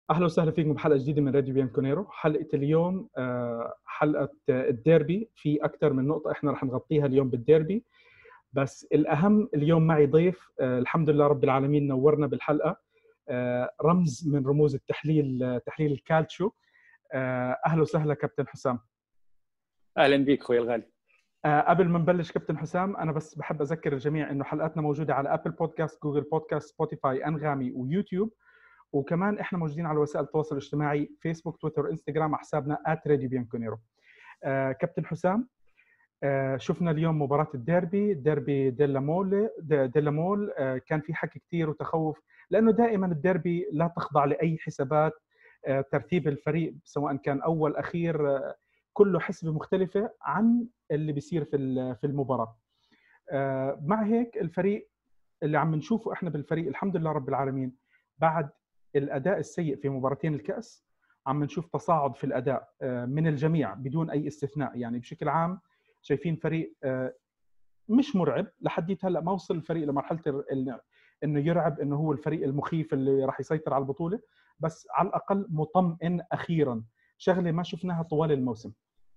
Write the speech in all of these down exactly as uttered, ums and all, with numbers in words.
اهلا وسهلا فيكم بحلقه جديده من راديو بيانكونيرو. حلقه اليوم، آه، حلقه جديده من راديو بيانكونيرو. حلقه اليوم آه، حلقه آه، الديربي. في اكثر من نقطه احنا رح نغطيها اليوم بالديربي، بس الاهم اليوم معي ضيف. آه، الحمد لله رب العالمين نورنا بالحلقه. آه، رمز من رموز التحليل، آه، تحليل الكالتشو. آه، اهلا وسهلا كابتن حسام. اهلا بك اخوي الغالي. آه، قبل ما نبلش كابتن حسام، انا بس بحب اذكر الجميع انه حلقاتنا موجوده على ابل بودكاست، جوجل بودكاست، سبوتيفاي، انغامي ويوتيوب. وكمان احنا موجودين على وسائل التواصل الاجتماعي فيسبوك، تويتر، انستغرام، على حسابنا آت راديو بيانكونيرو. آه كابتن حسام، آه شفنا اليوم مباراة الديربي، ديربي ديلا مول ديلا مول آه كان في حكي كثير وتخوف، لأنه دائما الديربي لا تخضع لأي حسابات. آه ترتيب الفريق سواء كان أول أخير، آه كله حسبة مختلفة عن اللي بيصير في في المباراة. آه مع هيك الفريق اللي عم نشوفه احنا بالفريق، الحمد لله رب العالمين، بعد الاداء السيء في مباراتين الكاس عم نشوف تصاعد في الاداء من الجميع بدون اي استثناء. يعني بشكل عام شايفين فريق مش مرعب لحد هلا، ما وصل الفريق لمرحله انه يرعب، انه هو الفريق المخيف اللي راح يسيطر على البطوله، بس على الاقل مطمئن اخيرا، شغله ما شفناها طوال الموسم.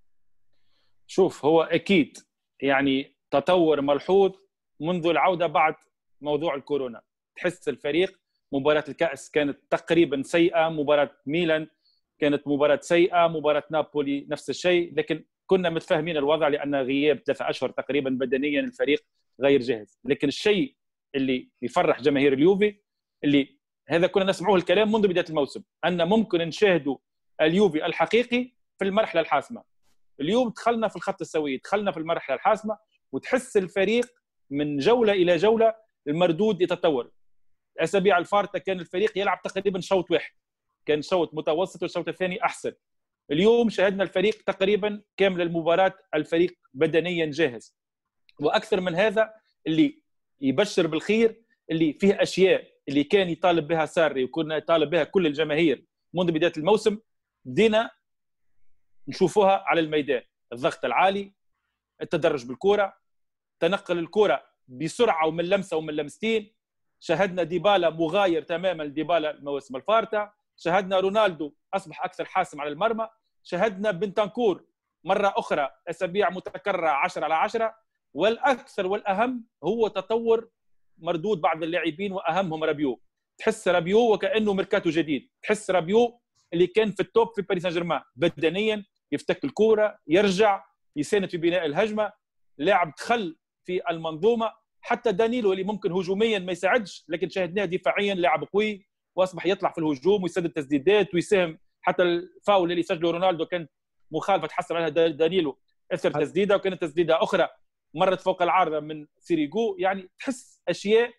شوف، هو اكيد يعني تطور ملحوظ منذ العوده بعد موضوع الكورونا. تحس الفريق مباراه الكاس كانت تقريبا سيئه، مباراه ميلان كانت مباراه سيئه، مباراه نابولي نفس الشيء، لكن كنا متفاهمين الوضع لان غياب ثلاثة اشهر تقريبا بدنيا الفريق غير جاهز. لكن الشيء اللي يفرح جماهير اليوفي، اللي هذا كنا نسمعوه الكلام منذ بدايه الموسم، ان ممكن نشاهدوا اليوفي الحقيقي في المرحله الحاسمه. اليوم دخلنا في الخط السوي، دخلنا في المرحله الحاسمه، وتحس الفريق من جوله الى جوله المردود يتطور. الاسابيع الفارطه كان الفريق يلعب تقريبا شوط واحد، كان شوط متوسط والشوط الثاني احسن. اليوم شاهدنا الفريق تقريبا كامل المباراه الفريق بدنيا جاهز، واكثر من هذا اللي يبشر بالخير، اللي فيه اشياء اللي كان يطالب بها ساري وكنا يطالب بها كل الجماهير منذ بدايه الموسم، بدينا نشوفوها على الميدان. الضغط العالي، التدرج بالكرة، تنقل الكرة بسرعة ومن لمسة ومن لمستين. شاهدنا ديبالا مغاير تماما لديبالا المواسم الفارطة، شاهدنا رونالدو أصبح أكثر حاسم على المرمى، شاهدنا بنتانكور مرة أخرى أسابيع متكررة عشرة على عشرة. والأكثر والأهم هو تطور مردود بعض اللاعبين وأهمهم رابيو. تحس رابيو وكأنه ميركاتو جديد، تحس رابيو اللي كان في التوب في باريس سان جيرمان، بدنيا يفتك الكوره، يرجع يساند في بناء الهجمه، لاعب دخل في المنظومه. حتى دانيلو اللي ممكن هجوميا ما يساعدش، لكن شاهدناه دفاعيا لاعب قوي واصبح يطلع في الهجوم ويسدد تسديدات ويساهم. حتى الفاول اللي سجله رونالدو كان مخالفه تحسب عليها دانيلو، اثر تسديده وكانت تسديده اخرى مرت فوق العارضه من سيريغو. يعني تحس اشياء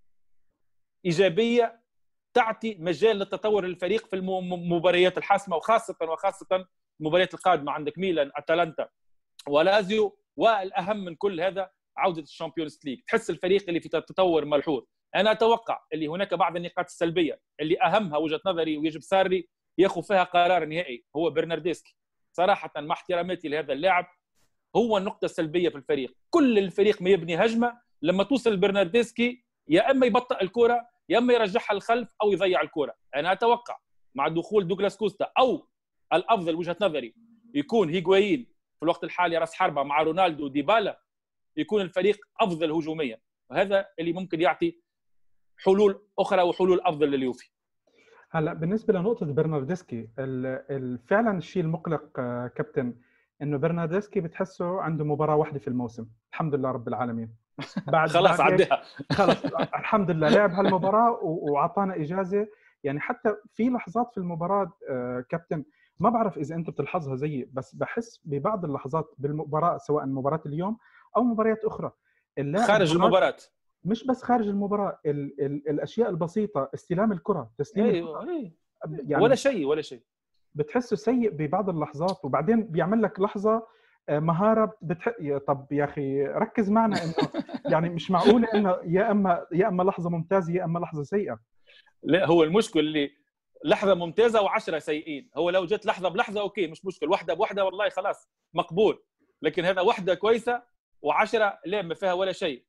ايجابيه تعطي مجال للتطور للفريق في المباريات الحاسمه، وخاصه وخاصه المباريات القادمه. عندك ميلان، اتلانتا، ولازيو، والاهم من كل هذا عوده الشامبيونز ليج. تحس الفريق اللي في تطور ملحوظ. انا اتوقع اللي هناك بعض النقاط السلبيه اللي اهمها وجهه نظري ويجب ساري ياخذ فيها قرار نهائي، هو برناردسكي. صراحه مع احتراماتي لهذا اللاعب، هو النقطه السلبيه في الفريق. كل الفريق ما يبني هجمه، لما توصل برناردسكي يا اما يبطئ الكره يا اما يرجعها للخلف او يضيع الكره. انا اتوقع مع دخول دوغلاس كوستا، او الافضل وجهه نظري يكون هيغوايين في الوقت الحالي راس حربه مع رونالدو وديبالا، يكون الفريق افضل هجوميا، وهذا اللي ممكن يعطي حلول اخرى وحلول افضل لليوفي. هلا بالنسبه لنقطه برناردسكي، فعلا الشيء المقلق كابتن انه برناردسكي بتحسه عنده مباراه واحده في الموسم، الحمد لله رب العالمين. بعد خلاص عدها خلاص الحمد لله لعب هالمباراه وعطانا اجازه. يعني حتى في لحظات في المباراه كابتن، ما بعرف اذا انت بتلاحظها زيي، بس بحس ببعض اللحظات بالمباراه، سواء مباراه اليوم او مباريات اخرى، خارج المباراه، مش بس خارج المباراه، ال ال الاشياء البسيطه، استلام الكره، تسليم أيوة الكره، أيوة. يعني ولا شيء ولا شيء بتحسه سيء ببعض اللحظات، وبعدين بيعمل لك لحظه مهاره بتح... طب يا اخي ركز معنا، انه يعني مش معقوله انه يا اما يا اما لحظه ممتازه يا اما لحظه سيئه. لا، هو المشكل اللي لحظه ممتازه وعشرة سيئين. هو لو جت لحظه بلحظه اوكي مش مشكل، واحده بواحده والله خلاص مقبول، لكن هذا واحده كويسه وعشرة لا ما فيها ولا شيء.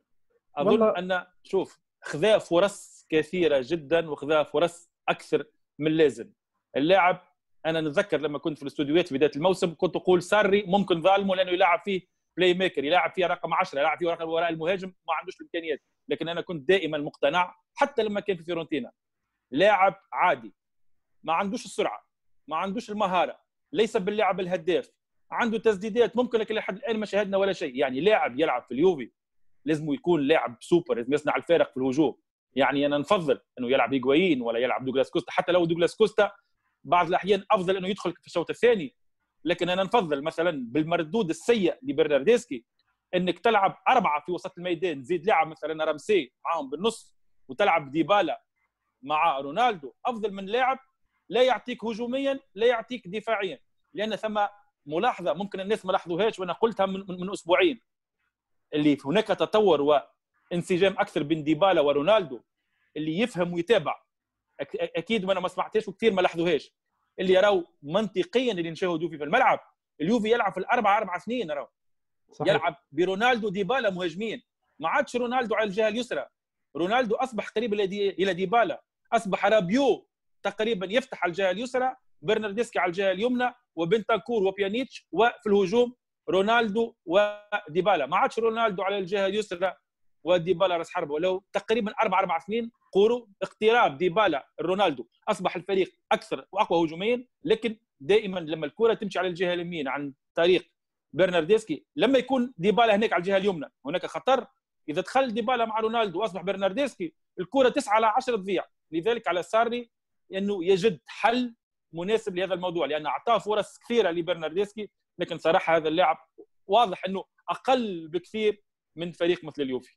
اظن والله ان شوف خذا فرص كثيره جدا وخذا فرص اكثر من اللازم. اللاعب انا نتذكر لما كنت في الاستوديوهات في بدايه الموسم كنت اقول ساري ممكن ظالمه لانه يلعب فيه بلاي ميكر، يلعب فيه رقم عشرة، يلعب فيه رقم وراء المهاجم، ما عندوش الامكانيات. لكن انا كنت دائما مقتنع حتى لما كان في فيورنتينا لاعب عادي، ما عندوش السرعه، ما عندوش المهاره، ليس باللاعب الهداف، عنده تسديدات ممكن لكن لحد الان ما شاهدنا ولا شيء. يعني لاعب يلعب في اليوفي لازم يكون لاعب سوبر، لازم يصنع الفارق في الهجوم. يعني انا نفضل انه يلعب هيغوايين ولا يلعب دوغلاس كوستا، حتى لو دوغلاس كوستا بعض الاحيان افضل انه يدخل في الشوط الثاني. لكن انا نفضل مثلا بالمردود السيء لبرناردسكي انك تلعب اربعه في وسط الميدان، تزيد لاعب مثلا رمسي معاهم بالنص وتلعب ديبالا مع رونالدو، افضل من لاعب لا يعطيك هجوميا لا يعطيك دفاعيا. لان ثم ملاحظه ممكن الناس ما لاحظوهاش وانا قلتها من, من اسبوعين، اللي هناك تطور وانسجام اكثر بين ديبالا ورونالدو، اللي يفهم ويتابع اكيد وانا ما سمعتهاش وكثير ما لاحظوهاش، اللي يراو منطقيا اللي نشاهدوا فيه في الملعب. اليوفي يلعب في الاربعه اربع سنين راهو يلعب برونالدو ديبالا مهاجمين، ما عادش رونالدو على الجهه اليسرى، رونالدو اصبح قريب الى ديبالا، اصبح رابيو تقريبا يفتح على الجهه اليسرى، برناردسكي على الجهه اليمنى، وبنتاكور وبيانيتش، وفي الهجوم رونالدو وديبالا. ما عادش رونالدو على الجهه اليسرى وديبالا راس حربه. ولو تقريبا اربع اربع سنين قولوا اقتراب ديبالا رونالدو، اصبح الفريق اكثر واقوى هجوميا، لكن دائما لما الكره تمشي على الجهه اليمين عن طريق برناردسكي، لما يكون ديبالا هناك على الجهه اليمنى هناك خطر. اذا دخل ديبالا مع رونالدو واصبح برناردسكي الكره تسعة على عشرة تضيع. لذلك على ساري انه يجد حل مناسب لهذا الموضوع، لان اعطاه فرص كثيره لبرناردسكي، لكن صراحه هذا اللاعب واضح انه اقل بكثير من فريق مثل اليوفي.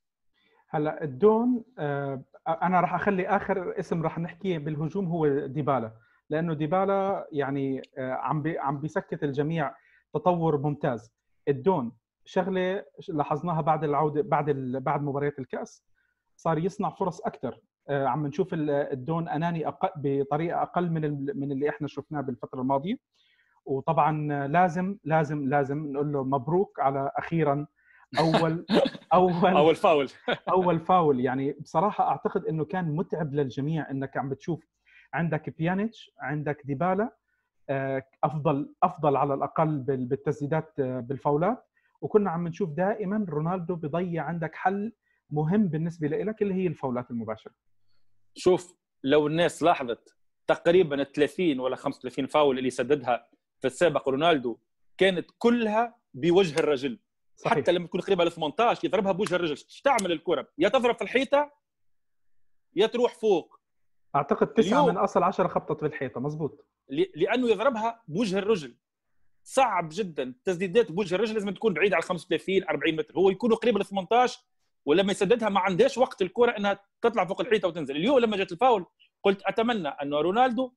هلا الدون آه انا راح اخلي اخر اسم راح نحكيه بالهجوم هو ديبالا، لانه ديبالا يعني آه عم بي عم بيسكت الجميع، تطور ممتاز. الدون شغله لاحظناها بعد العوده بعد بعد مباريات الكاس، صار يصنع فرص اكثر. آه عم نشوف الدون اناني أقل بطريقه اقل من من اللي احنا شفناه بالفتره الماضيه. وطبعا لازم لازم لازم نقول له مبروك على اخيرا اول اول اول فاول اول فاول. يعني بصراحه اعتقد انه كان متعب للجميع انك عم بتشوف عندك بيانيتش عندك ديبالا افضل افضل على الاقل بالتسديدات بالفاولات، وكنا عم نشوف دائما رونالدو بيضيع عندك حل مهم بالنسبه لك اللي هي الفاولات المباشره. شوف لو الناس لاحظت تقريبا ثلاثين ولا خمسة وثلاثين فاول اللي سددها في السابق رونالدو كانت كلها بوجه الرجل. صحيح. حتى لما تكون قريبه ل ثمانية عشر يضربها بوجه الرجل. ايش تعمل الكره؟ يا تضرب في الحيطه يا تروح فوق. اعتقد تسعة من اصل عشرة خبطت في الحيطه. مزبوط. لانه يضربها بوجه الرجل صعب جدا. التسديدات بوجه الرجل لازم تكون بعيده على خمسة وثلاثين أربعين متر، هو يكون قريب ل ثمانية عشر ولما يسددها ما عندهاش وقت الكره انها تطلع فوق الحيطه وتنزل. اليوم لما جت الفاول قلت اتمنى انه رونالدو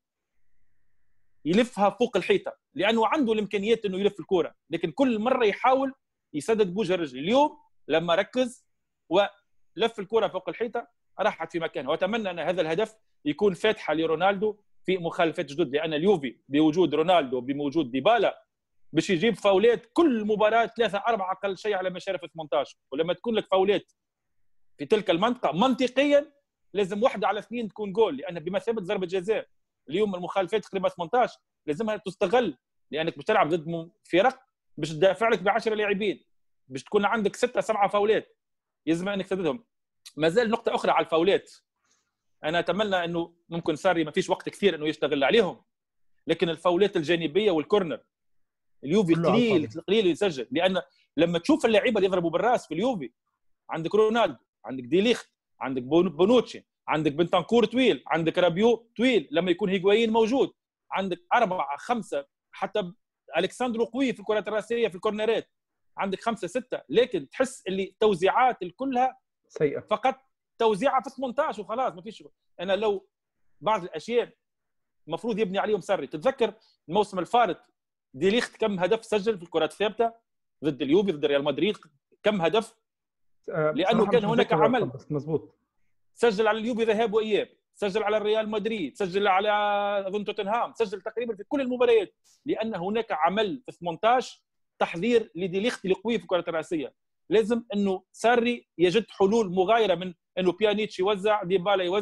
يلفها فوق الحيطه، لانه عنده الامكانيات انه يلف الكره، لكن كل مره يحاول يسدد بوجه الرجل. اليوم لما ركز ولف الكره فوق الحيطه راحت في مكانها. واتمنى ان هذا الهدف يكون فاتحه لرونالدو في مخالفات جدد، لان اليوفي بوجود رونالدو بوجود ديبالا باش يجيب فاولات كل مباراه ثلاثه اربعه اقل شيء على مشارف ثمانية عشر. ولما تكون لك فاولات في تلك المنطقه منطقيا لازم واحده على اثنين تكون جول، لان بمثابه ضربه جزاء. اليوم المخالفات تقريبا ثمانية عشر لازمها تستغل، لانك باش تلعب ضد فرق باش تدافع لك ب عشرة لاعبين، باش تكون عندك ستة سبعة فاولات يلزم انك تسددهم. ما زال نقطه اخرى على الفاولات، انا اتمنى انه ممكن ساري ما فيش وقت كثير انه يشتغل عليهم، لكن الفاولات الجانبيه والكورنر اليوفي قليل قليل يسجل. لان لما تشوف اللعيبه اللي يضربوا بالراس في اليوفي، عندك رونالدو، عندك دي ليخت، عندك بونوتشي، عندك بنتانكور طويل، عندك رابيو طويل لما يكون هيغوايين موجود، عندك أربعة خمسة، حتى ألكساندرو قوي في الكرات الراسية في الكورنرات، عندك خمسة ستة، لكن تحس اللي توزيعات كلها سيئة، فقط توزيعها في ثمانية عشر وخلاص ما فيش. أنا لو بعض الأشياء المفروض يبني عليهم سري. تتذكر الموسم الفارط دي ليخت كم هدف سجل في الكرات الثابتة ضد اليوفي ضد ريال مدريد؟ كم هدف؟ لأنه كان هناك عمل. مزبوط. سجل على اليوفي ذهاب واياب، سجل على الريال مدريد، سجل على اظن توتنهام، سجل تقريبا في كل المباريات، لان هناك عمل في ثمانية عشر تحضير لدي ليخت اللي قوي في الكره الراسيه. لازم انه ساري يجد حلول مغايره من انه بيانيتش يوزع، ديبالا يوزع،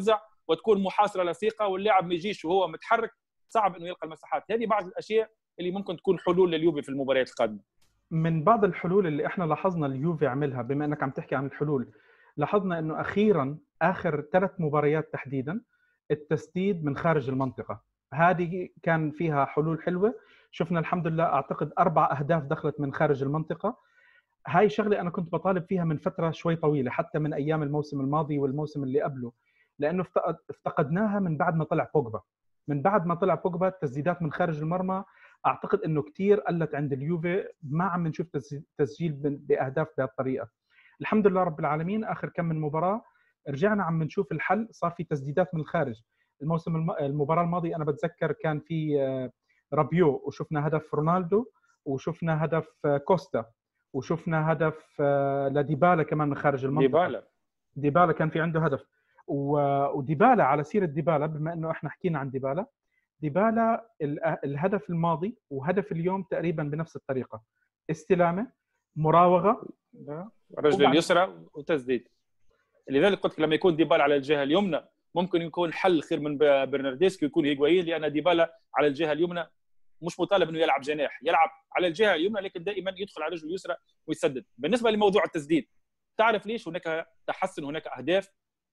وتكون محاصره لصيقه واللاعب ما يجيش وهو متحرك صعب انه يلقى المساحات. هذه بعض الاشياء اللي ممكن تكون حلول لليوفي في المباريات القادمه. من بعض الحلول اللي احنا لاحظنا اليوفي عملها، بما انك عم تحكي عن الحلول، لاحظنا انه اخيرا اخر ثلاث مباريات تحديدا التسديد من خارج المنطقه، هذه كان فيها حلول حلوه. شفنا الحمد لله اعتقد اربع اهداف دخلت من خارج المنطقه. هاي شغله انا كنت بطالب فيها من فتره شوي طويله، حتى من ايام الموسم الماضي والموسم اللي قبله، لانه افتقدناها من بعد ما طلع بوجبا. من بعد ما طلع بوجبا التسديدات من خارج المرمى اعتقد انه كثير قلت عند اليوفي، ما عم نشوف تسجيل باهداف بهالطريقه. الحمد لله رب العالمين اخر كم من مباراه رجعنا عم نشوف الحل، صار في تسديدات من الخارج. الموسم الم... المباراه الماضيه انا بتذكر كان في رابيو، وشفنا هدف رونالدو، وشفنا هدف كوستا، وشفنا هدف لديبالا كمان من خارج المنطقه. ديبالا ديبالا كان في عنده هدف. وديبالا على سيره ديبالا، بما انه احنا حكينا عن ديبالا، ديبالا الهدف الماضي وهدف اليوم تقريبا بنفس الطريقه، استلامه، مراوغه، رجل اليسرى وتسديد. لذلك قلت لما يكون ديبالا على الجهه اليمنى ممكن يكون حل خير من برناردسكي ويكون هيغوايين، لان ديبالا على الجهه اليمنى مش مطالب انه يلعب جناح، يلعب على الجهه اليمنى لكن دائما يدخل على رجله اليسرى ويسدد. بالنسبه لموضوع التسديد، تعرف ليش هناك تحسن، هناك اهداف؟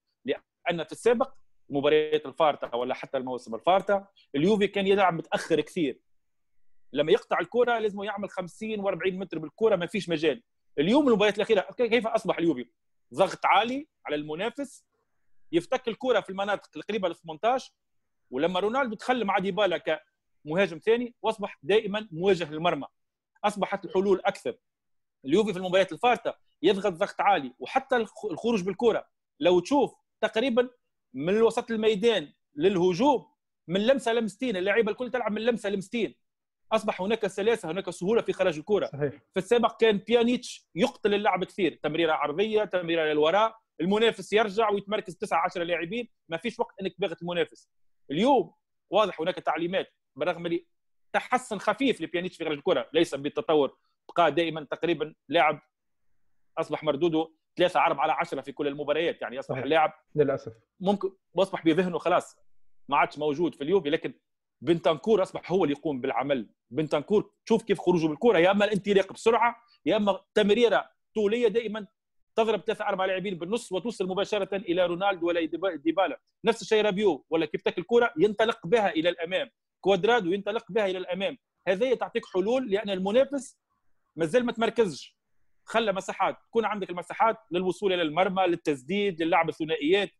لان في السابق مباريات الفارطه ولا حتى الموسم الفارطه اليوفي كان يلعب متاخر كثير، لما يقطع الكره لازم يعمل خمسين وأربعين متر بالكره، ما فيش مجال. اليوم المباريات الاخيره كيف اصبح اليوفي؟ ضغط عالي على المنافس، يفتك الكره في المناطق القريبه ل ثمانية عشر، ولما رونالدو دخل مع ديبالا كمهاجم ثاني واصبح دائما مواجه للمرمى، اصبحت الحلول اكثر. اليوفي في المباريات الفارطه يضغط ضغط عالي، وحتى الخروج بالكره لو تشوف تقريبا من وسط الميدان للهجوم من لمسه لمستين، اللعيبه الكل تلعب من لمسه لمستين، اصبح هناك سلاسه، هناك سهوله في خروج الكره. صحيح. في السابق كان بيانيتش يقتل اللعب كثير، تمريره عرضيه، تمريره للوراء، المنافس يرجع ويتمركز تسعة عشرة لاعبين، ما فيش وقت انك تباغت المنافس. اليوم واضح هناك تعليمات، برغم اللي تحسن خفيف لبيانيتش في خروج الكره، ليس بالتطور، بقى دائما تقريبا لاعب اصبح مردوده ثلاثة أربعة على عشرة في كل المباريات، يعني اصبح اللاعب للاسف ممكن واصبح بذهنه خلاص ما عادش موجود في اليوفي. لكن بنتانكور اصبح هو اللي يقوم بالعمل. بنتانكور تشوف كيف خروجه بالكره، يا اما الانطلاق بسرعه يا اما تمريره طوليه دائما تضرب ثلاثة أربعة لاعبين بالنص وتوصل مباشره الى رونالدو ولا ديبالا. نفس الشيء رابيو، ولا كيف تك الكره ينطلق بها الى الامام، كوادرادو ينطلق بها الى الامام. هذه تعطيك حلول لان المنافس مازال ما تمركزش، خلى مساحات، تكون عندك المساحات للوصول الى المرمى، للتسديد، للعب الثنائيات.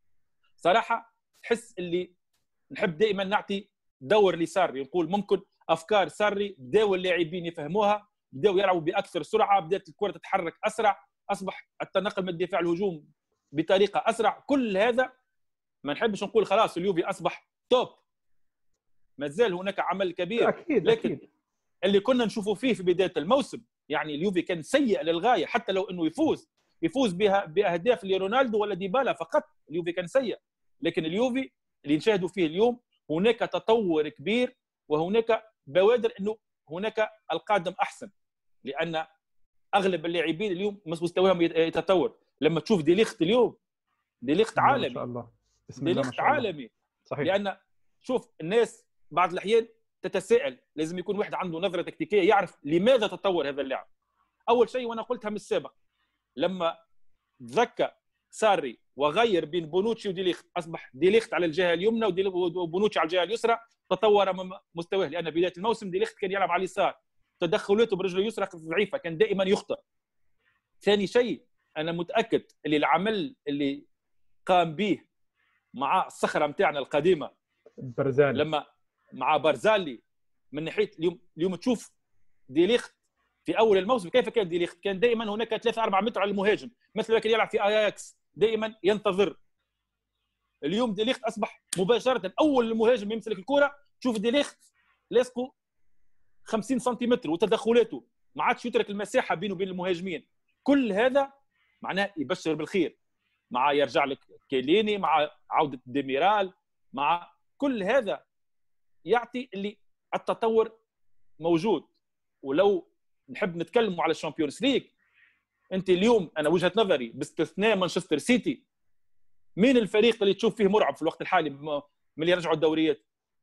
صراحه تحس اللي نحب دائما نعطي دور لساري، نقول ممكن افكار ساري بداوا اللاعبين يفهموها، بداوا يلعبوا باكثر سرعه، بدات الكره تتحرك اسرع، اصبح التنقل من الدفاع الهجوم بطريقه اسرع. كل هذا ما نحبش نقول خلاص اليوفي اصبح توب، ما زال هناك عمل كبير. أكيد لكن أكيد. اللي كنا نشوفه فيه في بدايه الموسم، يعني اليوفي كان سيء للغايه، حتى لو انه يفوز يفوز بها باهداف لرونالدو ولا ديبالا فقط، اليوفي كان سيء. لكن اليوفي اللي نشاهدوا فيه اليوم هناك تطور كبير، وهناك بوادر انه هناك القادم احسن، لان اغلب اللاعبين اليوم مستواهم يتطور. لما تشوف دي ليخت اليوم، دي ليخت عالمي ما شاء الله، بسم دي الله ما ليخت شاء الله. عالمي. صحيح. لان شوف الناس بعض الاحيان تتساءل، لازم يكون واحد عنده نظره تكتيكيه يعرف لماذا تطور هذا اللاعب. اول شيء وانا قلتها من السابق، لما تذكى ساري وغير بين بونوتشي وديليخت، اصبح ديليخت على الجهه اليمنى وبونوتشي على الجهه اليسرى، تطور مستواه. لان بدايه الموسم ديليخت كان يلعب على اليسار، تدخلاته برجله اليسرى ضعيفه، كان دائما يخطئ. ثاني شيء انا متاكد اللي العمل اللي قام به مع الصخره نتاعنا القديمه برزالي، لما مع برزالي، من ناحيه اليوم اليوم تشوف ديليخت في اول الموسم كيف كان ديليخت، كان دائما هناك ثلاثة أربعة متر على المهاجم، مثل كان يلعب في اياكس دائما ينتظر. اليوم ديليخت اصبح مباشره اول المهاجم يمسك الكره تشوف ديليخت لاصقه خمسين سنتيمتر، وتدخلاته ما عادش يترك المساحه بينه وبين المهاجمين. كل هذا معناه يبشر بالخير، مع يرجع لك كيليني، مع عوده ديميرال، مع كل هذا يعطي اللي التطور موجود. ولو نحب نتكلم على الشامبيونز ليج، انت اليوم انا وجهه نظري باستثناء مانشستر سيتي مين الفريق اللي تشوف فيه مرعب في الوقت الحالي من اللي يرجعوا الدوريات؟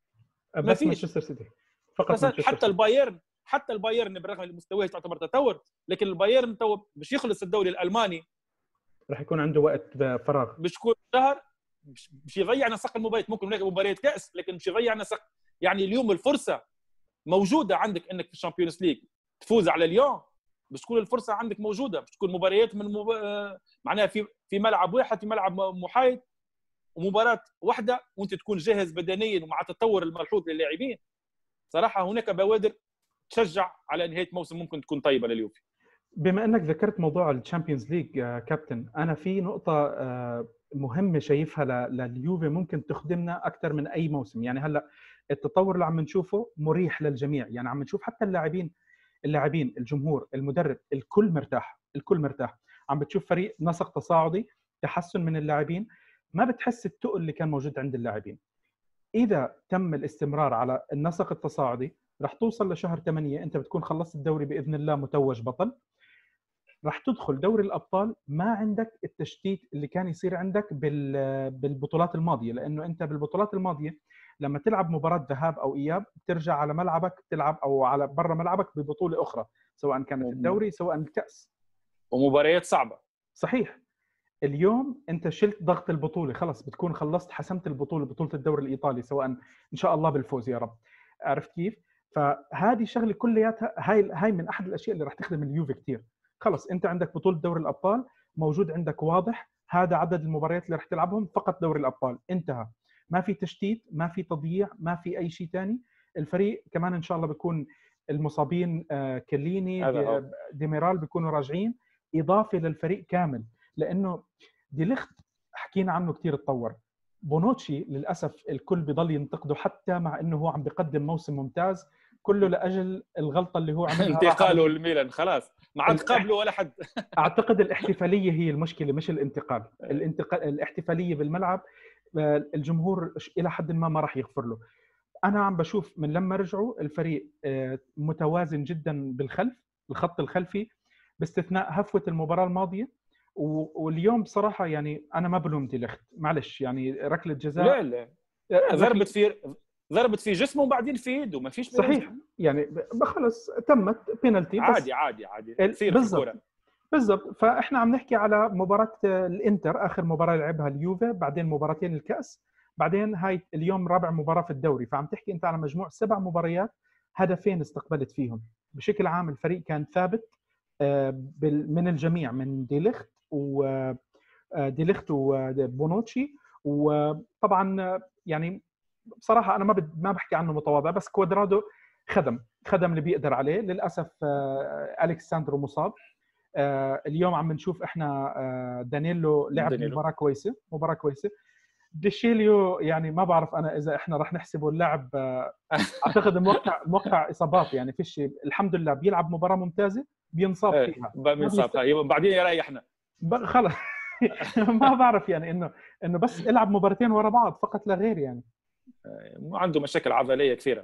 بس مانشستر سيتي فقط. مانشستر حتى سيتي. البايرن حتى البايرن بالرغم من مستواه تعتبر تطور، لكن البايرن تو باش يخلص الدوري الالماني راح يكون عنده وقت فراغ، باش يكون شهر باش يضيع نسق المباريات. ممكن هناك مباريات كاس لكن باش يضيع نسق. يعني اليوم الفرصه موجوده عندك انك في الشامبيونز ليج تفوز على ليون، باش تكون الفرصه عندك موجوده، باش تكون مباريات من مب... معناها في في ملعب واحد، في ملعب محايد، ومباراه واحده وانت تكون جاهز بدنيا ومع التطور الملحوظ للاعبين. صراحه هناك بوادر تشجع على نهايه موسم ممكن تكون طيبه لليوفي. بما انك ذكرت موضوع الشامبيونز ليج كابتن، انا في نقطه مهمه شايفها لليوفي ممكن تخدمنا اكثر من اي موسم. يعني هلا التطور اللي عم نشوفه مريح للجميع، يعني عم نشوف حتى اللاعبين اللاعبين الجمهور المدرب الكل مرتاح، الكل مرتاح. عم بتشوف فريق نسق تصاعدي، تحسن من اللاعبين، ما بتحس التقل اللي كان موجود عند اللاعبين. اذا تم الاستمرار على النسق التصاعدي رح توصل لشهر ثمانية انت بتكون خلصت الدوري باذن الله متوج بطل، رح تدخل دوري الابطال ما عندك التشتيت اللي كان يصير عندك بالبطولات الماضيه، لانه انت بالبطولات الماضيه لما تلعب مباراه ذهاب او اياب بترجع على ملعبك تلعب او على برا ملعبك ببطوله اخرى، سواء كانت الدوري سواء الكاس، ومباريات صعبه. صحيح. اليوم انت شلت ضغط البطوله، خلص بتكون خلصت حسمت البطوله، بطوله الدوري الايطالي، سواء ان شاء الله بالفوز يا رب. عرفت كيف؟ فهذه شغله كلياتها هاي هاي من احد الاشياء اللي راح تخدم اليوفي كثير. خلص انت عندك بطوله دوري الابطال موجود عندك واضح، هذا عدد المباريات اللي راح تلعبهم فقط دوري الابطال، انتهى. ما في تشتيت، ما في تضييع، ما في اي شيء ثاني. الفريق كمان ان شاء الله بيكون المصابين كليني ديميرال بيكونوا راجعين، اضافه للفريق كامل. لانه دي ليخت حكينا عنه كثير تطور، بونوتشي للاسف الكل بيضل ينتقده حتى مع انه هو عم بيقدم موسم ممتاز، كله لاجل الغلطه اللي هو عملها انتقاله للميلان. خلاص ما عاد قابله ولا حد. اعتقد الاحتفاليه هي المشكله مش الانتقال. الانتقال الاحتفاليه بالملعب الجمهور الى حد ما ما راح يغفر له. انا عم بشوف من لما رجعوا الفريق متوازن جدا بالخلف، الخط الخلفي، باستثناء هفوه المباراه الماضيه. واليوم بصراحه يعني انا ما بلوم دي ليخت، معلش يعني ركله جزاء، لا لا ضربت في ضربت في جسمه وبعدين في يده، ما فيش صحيح. يعني خلص تمت بينالتي، عادي عادي عادي تصير في الكوره بالضبط. فاحنا عم نحكي على مباراه الانتر، اخر مباراه لعبها اليوفي، بعدين مباراتين الكاس، بعدين هاي اليوم رابع مباراه في الدوري. فعم تحكي انت على مجموع سبع مباريات، هدفين استقبلت فيهم. بشكل عام الفريق كان ثابت من الجميع، من دي ليخت و دي ليخت وبونوتشي. وطبعا يعني بصراحه انا ما ما بحكي عنه متواضع، بس كوادرادو خدم خدم اللي بيقدر عليه. للاسف أليكس ساندرو مصاب. اليوم عم نشوف احنا دانييلو لعب دانييلو. مباراه كويسه مباراه كويسه ديشيليو يعني ما بعرف انا اذا احنا رح نحسبه اللاعب، اعتقد موقع موقع اصابات، يعني فيش. الحمد لله بيلعب مباراه ممتازه بينصاب فيها، بينصاب فيها بعدين يريحنا خلص. ما بعرف يعني انه انه بس العب مباراتين ورا بعض فقط لا غير. يعني مو عنده مشاكل عضليه كثيره.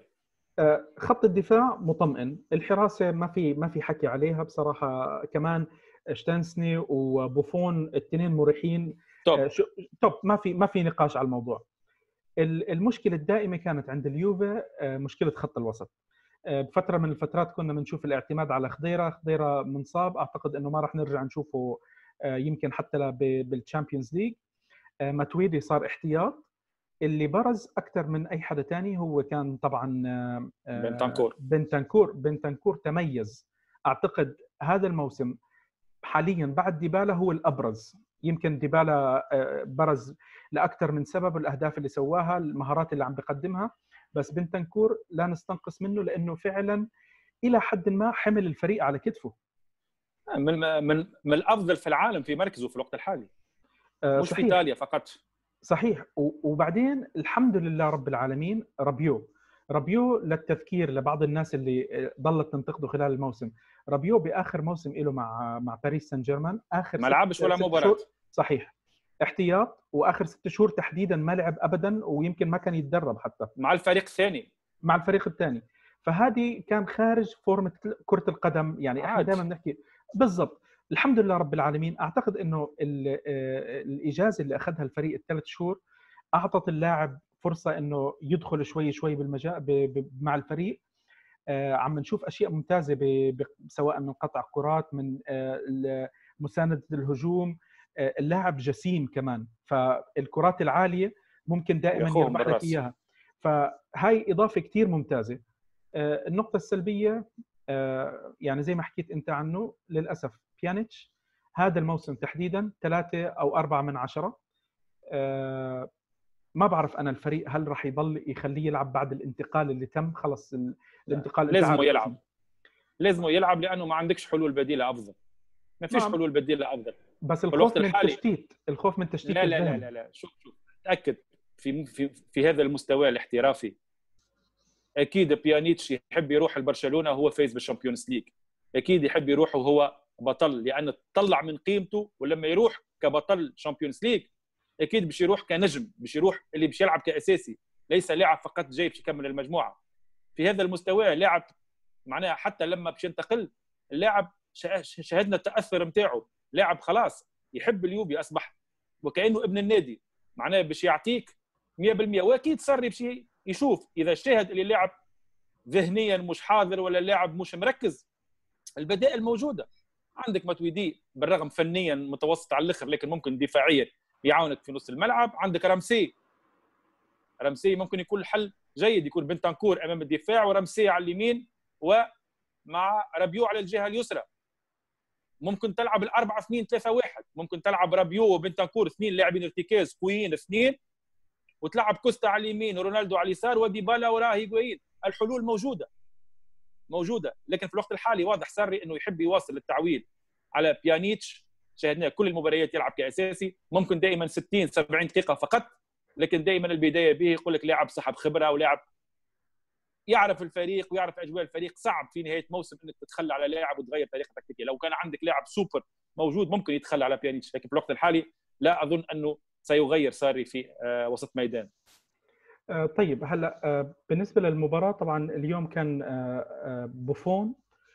خط الدفاع مطمئن، الحراسه ما في ما في حكي عليها بصراحه. كمان شتانسني وبوفون الاثنين مريحين توب توب، ما في ما في نقاش على الموضوع. المشكله الدائمه كانت عند اليوفي مشكله خط الوسط. بفتره من الفترات كنا بنشوف الاعتماد على خضيره، خضيره منصاب، اعتقد انه ما راح نرجع نشوفه يمكن حتى بالتشامبيونز ليج. ماتويدي صار احتياط. اللي برز اكثر من اي حدا تاني هو كان طبعا بنتانكور بنتانكور بنتانكور تميز. اعتقد هذا الموسم حاليا بعد ديبالا هو الابرز. يمكن ديبالا برز لاكثر من سبب، الاهداف اللي سواها، المهارات اللي عم بقدمها، بس بنتانكور لا نستنقص منه لانه فعلا الى حد ما حمل الفريق على كتفه. من من من الافضل في العالم في مركزه في الوقت الحالي، مش في ايطاليا فقط. صحيح. وبعدين الحمد لله رب العالمين رابيو رابيو للتذكير لبعض الناس اللي ضلت تنتقده خلال الموسم، رابيو باخر موسم له مع مع باريس سان جيرمان اخر ما لعبش ولا مباراه. صحيح، احتياط، واخر ست شهور تحديدا ما لعب ابدا، ويمكن ما كان يتدرب حتى مع الفريق الثاني مع الفريق الثاني. فهذه كان خارج فورمه كره القدم. يعني احنا دائما بنحكي بالضبط. الحمد لله رب العالمين. اعتقد انه الاجازه اللي اخذها الفريق الثلاث شهور اعطت اللاعب فرصه انه يدخل شوي شوي بالمجال مع الفريق. عم نشوف اشياء ممتازه ب... ب... سواء من قطع كرات، من مسانده الهجوم. اللاعب جسيم كمان، فالكرات العاليه ممكن دائما يربح لك اياها، فهاي اضافه كثير ممتازه. النقطه السلبيه يعني زي ما حكيت انت عنه، للاسف بيانيتش هذا الموسم تحديدا ثلاثة او أربعة من عشرة. ما بعرف انا الفريق هل راح يضل يخليه يلعب بعد الانتقال اللي تم، خلص الانتقال لازم يلعب لازم يلعب لانه ما عندكش حلول بديله افضل، ما فيش حلول بديله افضل. بس الخوف من التشتيت، الخوف من تشتيت لا لا لا لا لا شوف شوف تاكد في في في هذا المستوى الاحترافي اكيد بيانيتش يحب يروح لبرشلونه وهو فايز بالشامبيونز ليج، اكيد يحب يروح وهو بطل لانه طلع من قيمته، ولما يروح كبطل شامبيونز ليج اكيد باش يروح كنجم، باش يروح اللي باش يلعب كاساسي، ليس لاعب فقط جاي باش يكمل المجموعه. في هذا المستوى لاعب معناها حتى لما باش ينتقل اللاعب شاهدنا التاثر نتاعو، لاعب خلاص يحب اليوبي، اصبح وكانه ابن النادي، معناه باش يعطيك مية بالمية. واكيد صار باش يشوف اذا شاهد اللي اللاعب ذهنيا مش حاضر ولا اللاعب مش مركز، البدائل موجوده عندك. ماتويدي بالرغم فنيا متوسط على الاخر لكن ممكن دفاعيا يعاونك في نص الملعب. عندك رمسي، رمسي ممكن يكون الحل جيد، يكون بنتانكور امام الدفاع ورمسي على اليمين ومع رابيو على الجهه اليسرى. ممكن تلعب الأربعة اثنين ثلاثة واحد، ممكن تلعب رابيو وبنتانكور اثنين لاعبين ارتكاز قويين اثنين، وتلعب كوستا على اليمين ورونالدو على اليسار وديبالا وراه هيغوين. الحلول موجوده موجوده، لكن في الوقت الحالي واضح ساري انه يحب يواصل التعويل على بيانيتش. شاهدناه كل المباريات يلعب كاساسي، ممكن دائما ستين سبعين دقيقه فقط، لكن دائما البدايه به يقول لك لاعب صاحب خبره ولاعب يعرف الفريق ويعرف اجواء الفريق. صعب في نهايه موسم انك تتخلى على لاعب وتغير طريقه تكتيكيه. لو كان عندك لاعب سوبر موجود ممكن يتخلى على بيانيتش، لكن في الوقت الحالي لا اظن انه سيغير ساري في وسط ميدان. طيب هلا بالنسبه للمباراه، طبعا اليوم كان بوفون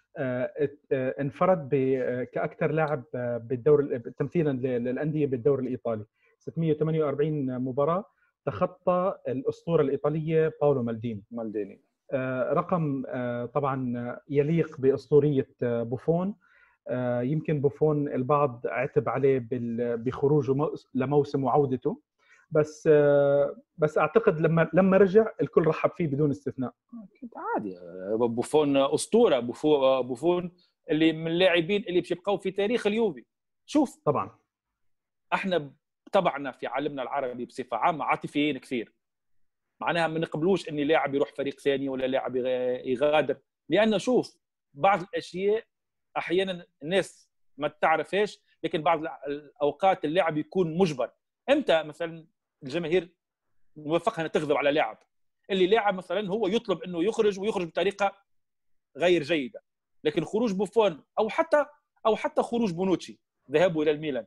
انفرد كاكثر لاعب بالدور تمثيلا للانديه بالدور الايطالي، ستمية وثمانية وأربعين مباراه، تخطى الاسطوره الايطاليه باولو مالديني. مالديني رقم طبعا يليق باسطوريه بوفون. يمكن بوفون البعض عتب عليه بخروجه لموسم وعودته، بس بس اعتقد لما لما رجع الكل رحب فيه بدون استثناء. عادي، بوفون اسطوره، بوفون اللي من اللاعبين اللي باش يبقوا في تاريخ اليوفي. شوف طبعا احنا طبعنا في عالمنا العربي بصفه عامه عاطفيين كثير، معناها ما نقبلوش ان لاعب يروح فريق ثاني ولا لاعب يغادر، لانه شوف بعض الاشياء احيانا الناس ما تعرفهاش، لكن بعض الاوقات اللاعب يكون مجبر. امتى مثلا الجماهير موفقها انها تغضب على لاعب اللي لاعب مثلا هو يطلب انه يخرج ويخرج بطريقه غير جيده، لكن خروج بوفون او حتى او حتى خروج بونوتشي ذهابه الى الميلان،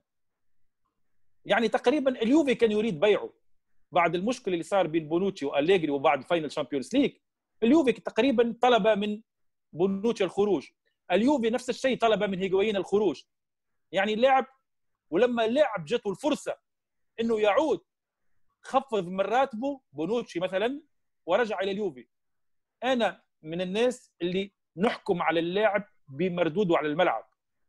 يعني تقريبا اليوفي كان يريد بيعه بعد المشكله اللي صار بين بونوتشي واليجري وبعد فاينل شامبيونز ليج. اليوفي تقريبا طلب من بونوتشي الخروج، اليوفي نفس الشيء طلب من هيغوين الخروج. يعني اللاعب ولما اللاعب جاته الفرصه انه يعود خفض من راتبه بونوتشي مثلا ورجع الى اليوفي. انا من الناس اللي نحكم على اللاعب بمردوده على الملعب،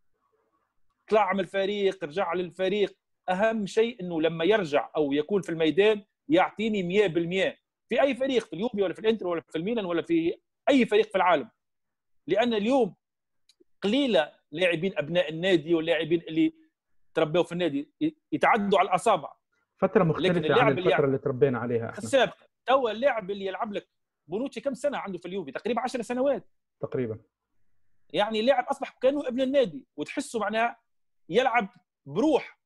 طلع من الفريق رجع للفريق، اهم شيء انه لما يرجع او يكون في الميدان يعطيني مية بالمية في اي فريق، في اليوفي ولا في الانتر ولا في الميلان ولا في اي فريق في العالم. لان اليوم قليله لاعبين ابناء النادي واللاعبين اللي تربوا في النادي يتعدوا على الاصابع. فتره مختلفه عن الفتره اللي, اللي تربينا عليها احنا. حساب تو اللاعب اللي يلعب لك بونوتشي كم سنه عنده في اليوفي؟ تقريبا عشر سنوات تقريبا. يعني لاعب اصبح كانه ابن النادي، وتحسه معناها يلعب بروح.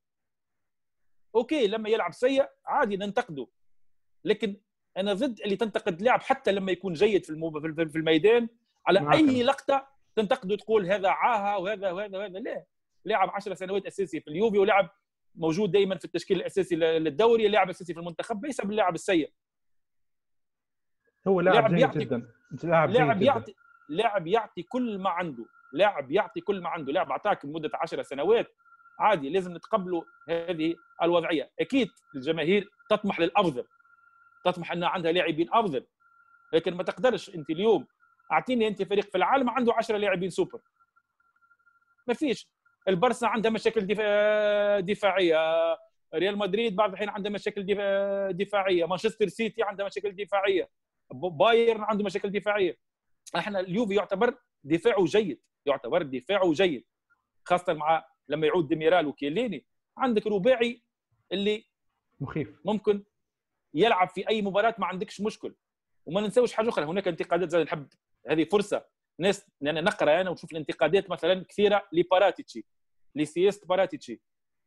اوكي لما يلعب سيء عادي ننتقده، لكن انا ضد اللي تنتقد لاعب حتى لما يكون جيد في المو... في الميدان على معاكم. اي لقطه تنتقده تقول هذا عاهه وهذا وهذا وهذا. لا، لاعب عشر سنوات اساسي في اليوفي ولاعب موجود دائما في التشكيل الاساسي للدوري، لاعب اساسي في المنتخب، ليس باللاعب السيء. هو لاعب جيد جدا، لاعب يعطي لاعب يعطي لاعب يعطي كل ما عنده لاعب يعطي كل ما عنده، لاعب اعطاك لمده عشر سنوات، عادي لازم نتقبلوا هذه الوضعيه. اكيد الجماهير تطمح للافضل، تطمح ان عندها لاعبين افضل، لكن ما تقدرش انت اليوم اعطيني انت فريق في العالم عنده عشرة لاعبين سوبر، ما فيش. البارسا عندها مشاكل دفاعيه، ريال مدريد بعض الحين عندها مشاكل دفاعيه، مانشستر سيتي عندها مشاكل دفاعيه، بايرن عنده مشاكل دفاعيه. احنا اليوفي يعتبر دفاعه جيد، يعتبر دفاعه جيد، خاصه مع لما يعود ديميرال وكيليني. عندك رباعي اللي مخيف، ممكن يلعب في اي مباراه، ما عندكش مشكل. وما ننساوش حاجه اخرى، هناك انتقادات زي نحب هذه فرصه ناس يعني نقرا انا ونشوف الانتقادات مثلا كثيره لباراتيتشي، لسياسه باراتيتشي.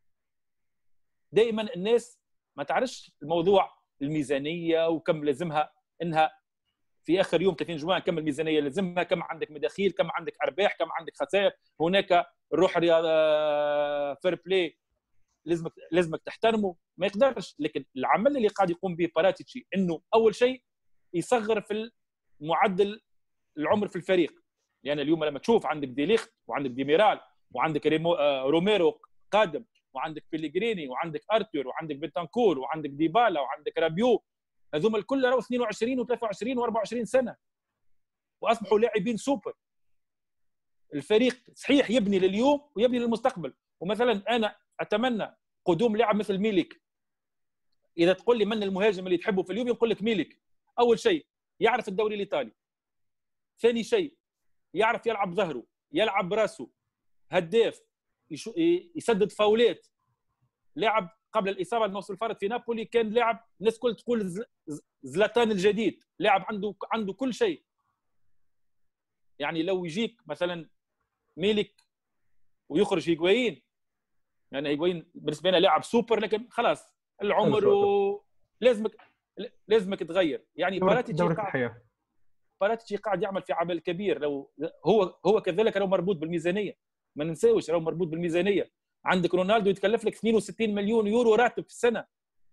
دائما الناس ما تعرفش الموضوع الميزانيه وكم لازمها انها في اخر يوم ثلاثين جوان، كم الميزانيه لازمها، كم عندك مداخيل، كم عندك ارباح، كم عندك خسائر. هناك روح رياضه فير بلاي لازمك لازمك تحترمه، ما يقدرش. لكن العمل اللي قاعد يقوم به باراتيتشي انه اول شيء يصغر في المعدل العمر في الفريق. لان يعني اليوم لما تشوف عندك دي ليخت وعندك ديميرال وعندك روميرو قادم وعندك بيليغريني وعندك ارتور وعندك بنتانكور وعندك ديبالا وعندك رابيو، هذوما الكل راهو اثنين وعشرين وثلاثة وعشرين وأربعة وعشرين سنه واصبحوا لاعبين سوبر. الفريق صحيح يبني لليوم ويبني للمستقبل. ومثلا انا اتمنى قدوم لاعب مثل ميليك. اذا تقول لي من المهاجم اللي تحبه في اليوم، نقول لك ميليك. اول شيء يعرف الدوري الايطالي، ثاني شيء يعرف يلعب ظهره، يلعب براسه، هداف، يسدد فاولات. لاعب قبل الاصابه الموسم الفارط في نابولي كان لاعب الناس كل تقول زلاتان الجديد، لاعب عنده عنده كل شيء. يعني لو يجيك مثلا ميليك ويخرج هيغوين، يعني هيغوين بالنسبه لنا لاعب سوبر، لكن خلاص العمر ولازمك لازمك تغير. يعني باراتيتشي قاعد باراتيتشي قاعد يعمل في عمل كبير. لو هو هو كذلك لو مربوط بالميزانيه، ما ننساوش لو مربوط بالميزانيه. عندك رونالدو يتكلف لك اثنين وستين مليون يورو راتب في السنه.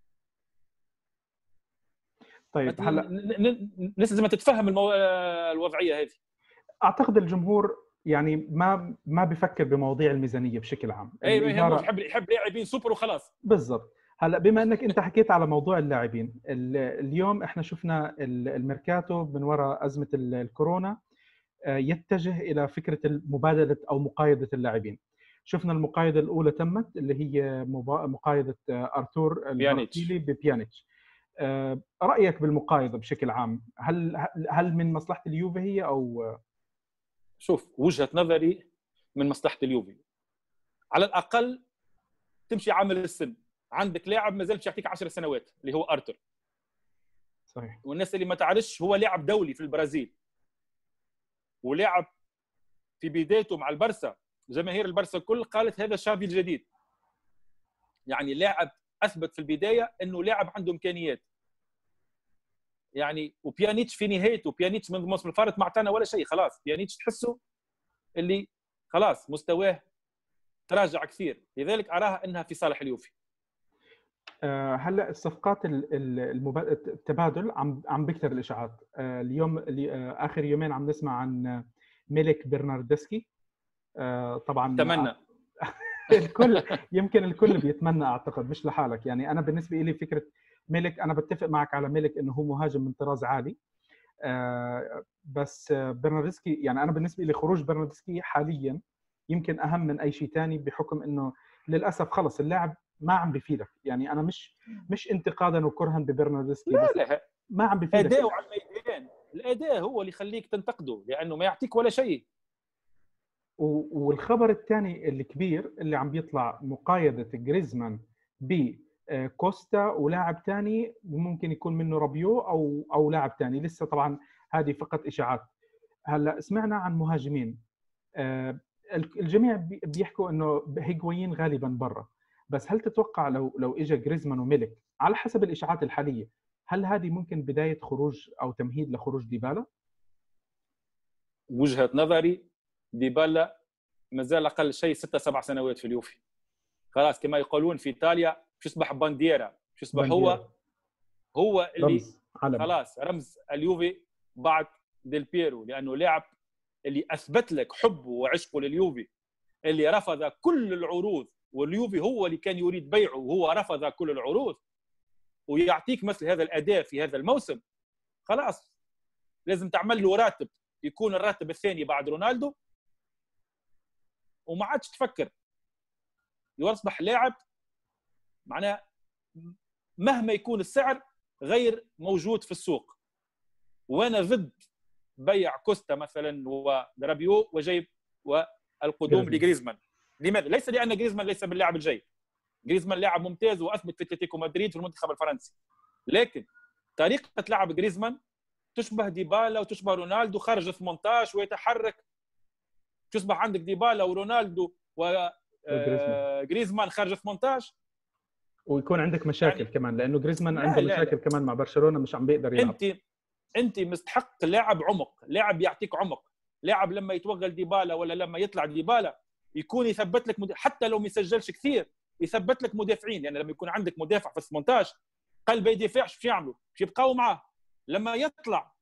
طيب هلا الناس لازم تتفهم المو... الوضعيه هذه. اعتقد الجمهور يعني ما ما بيفكر بمواضيع الميزانيه بشكل عام. اي ما يهموش، يحب يحب لاعبين سوبر وخلاص. بالضبط. هلا بما انك انت حكيت على موضوع اللاعبين، اليوم احنا شفنا الميركاتو من وراء ازمه الكورونا يتجه الى فكره مبادله او مقايضه اللاعبين. شفنا المقايضه الاولى تمت اللي هي مقايضه ارتور البرازيلي ببيانيتش. رايك بالمقايضه بشكل عام، هل هل من مصلحه اليوفي هي او؟ شوف، وجهه نظري من مصلحه اليوفي. على الاقل تمشي عامل السن، عندك لاعب ما زالش يعطيك عشر سنوات اللي هو ارتر. صحيح. والناس اللي ما تعرفش هو لاعب دولي في البرازيل، ولاعب في بدايته مع البرسا جماهير البرسا الكل قالت هذا شافي الجديد. يعني لاعب اثبت في البدايه انه لاعب عنده امكانيات. يعني وبيانيتش في نهايته، بيانيتش من الموسم الفارط ما اعطانا ولا شيء. خلاص بيانيتش تحسه اللي خلاص مستواه تراجع كثير، لذلك اراها انها في صالح اليوفي. هلا الصفقات التبادل عم عم بكثر الاشاعات. اليوم اخر يومين عم نسمع عن ميليك برناردسكي. طبعا اتمنى الكل يمكن الكل بيتمنى، اعتقد مش لحالك. يعني انا بالنسبه لي فكره ميليك، انا بتفق معك على ميليك انه هو مهاجم من طراز عالي. بس برناردسكي يعني انا بالنسبه لي خروج برناردسكي حاليا يمكن اهم من اي شيء ثاني، بحكم انه للاسف خلص اللاعب ما عم بيفيدك. يعني انا مش مش انتقادا وكرها ببرناردسكي، لا بس لا ما عم بيفيدك. اداء على الميدان، الاداء هو اللي يخليك تنتقده، لانه ما يعطيك ولا شيء. والخبر الثاني الكبير اللي عم بيطلع مقايضه جريزمان بكوستا ولاعب ثاني ممكن يكون منه رابيو او او لاعب ثاني، لسه طبعا هذه فقط اشاعات. هلا سمعنا عن مهاجمين، الجميع بيحكوا انه هيغوين غالبا برا، بس هل تتوقع لو لو اجى جريزمان وميلك على حسب الاشاعات الحاليه، هل هذه ممكن بدايه خروج او تمهيد لخروج ديبالا؟ وجهه نظري ديبالا ما زال اقل شيء ستة سبع سنوات في اليوفي. خلاص كما يقولون في ايطاليا شو يصبح بانديرا، شو يصبح هو هو اللي رمز علم. خلاص رمز اليوفي بعد ديل بيرو، لانه لاعب اللي اثبت لك حبه وعشقه لليوفي، اللي رفض كل العروض، واليوفي هو اللي كان يريد بيعه وهو رفض كل العروض، ويعطيك مثل هذا الاداء في هذا الموسم، خلاص لازم تعمل له راتب يكون الراتب الثاني بعد رونالدو، وما عادش تفكر يصبح لاعب معناه مهما يكون السعر غير موجود في السوق. وانا ضد بيع كوستا مثلا ورابيو وجيب والقدوم لجريزمان. لماذا؟ ليس لان جريزمان ليس باللاعب الجيد، جريزمان لاعب ممتاز واثبت في اتلتيكو مدريد في المنتخب الفرنسي، لكن طريقه لعب جريزمان تشبه ديبالا وتشبه رونالدو خارج ثمانية عشر ويتحرك، تصبح عندك ديبالا ورونالدو وجريزمان خارج ثمانية عشر، ويكون عندك مشاكل يعني كمان، لانه جريزمان لا عنده لا مشاكل لا. كمان مع برشلونه مش عم بيقدر يلعب. انت انت مستحق لاعب عمق، لاعب يعطيك عمق، لاعب لما يتوغل ديبالا ولا لما يطلع ديبالا يكون يثبت لك مد... حتى لو ما يسجلش كثير يثبت لك مدافعين. يعني لما يكون عندك مدافع في ثمانية عشر قلب ما يدافعش باش يعملوا باش يبقاو معاه، لما يطلع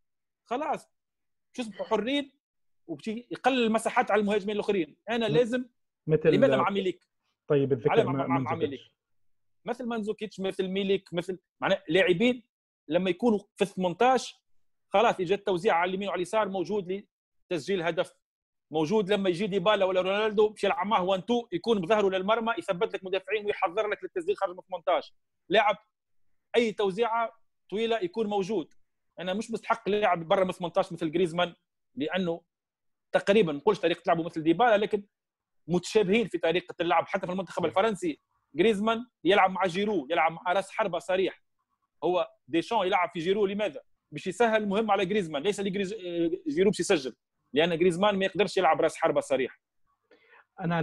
خلاص باش يصبحوا حرين وباش يقلل المساحات على المهاجمين الاخرين. انا لازم مثل لماذا مع ميليك؟ طيب الذكر مع, مع, مع ميليك مثل مانزوكيتش مثل ميليك مثل معناه لاعبين لما يكونوا في ثمانية عشر خلاص يجي التوزيع على اليمين وعلى اليسار موجود لتسجيل هدف، موجود لما يجي ديبالا ولا رونالدو باش يلعب معه واحد اثنين يكون بظهره للمرمى يثبت لك مدافعين ويحضر لك للتسجيل خارج من ثمانية عشر. لاعب اي توزيعه طويله يكون موجود. انا مش مستحق لاعب برا من ثمانية عشر مثل جريزمان، لانه تقريبا ما نقولش طريقه لعبه مثل ديبالا لكن متشابهين في طريقه اللعب. حتى في المنتخب الفرنسي جريزمان يلعب مع جيرو، يلعب مع راس حربه صريح، هو ديشان يلعب في جيرو لماذا؟ باش يسهل المهم على جريزمان، ليس لجريز... جيرو باش يسجل، لان جريزمان ما يقدرش يلعب راس حربه صريح. انا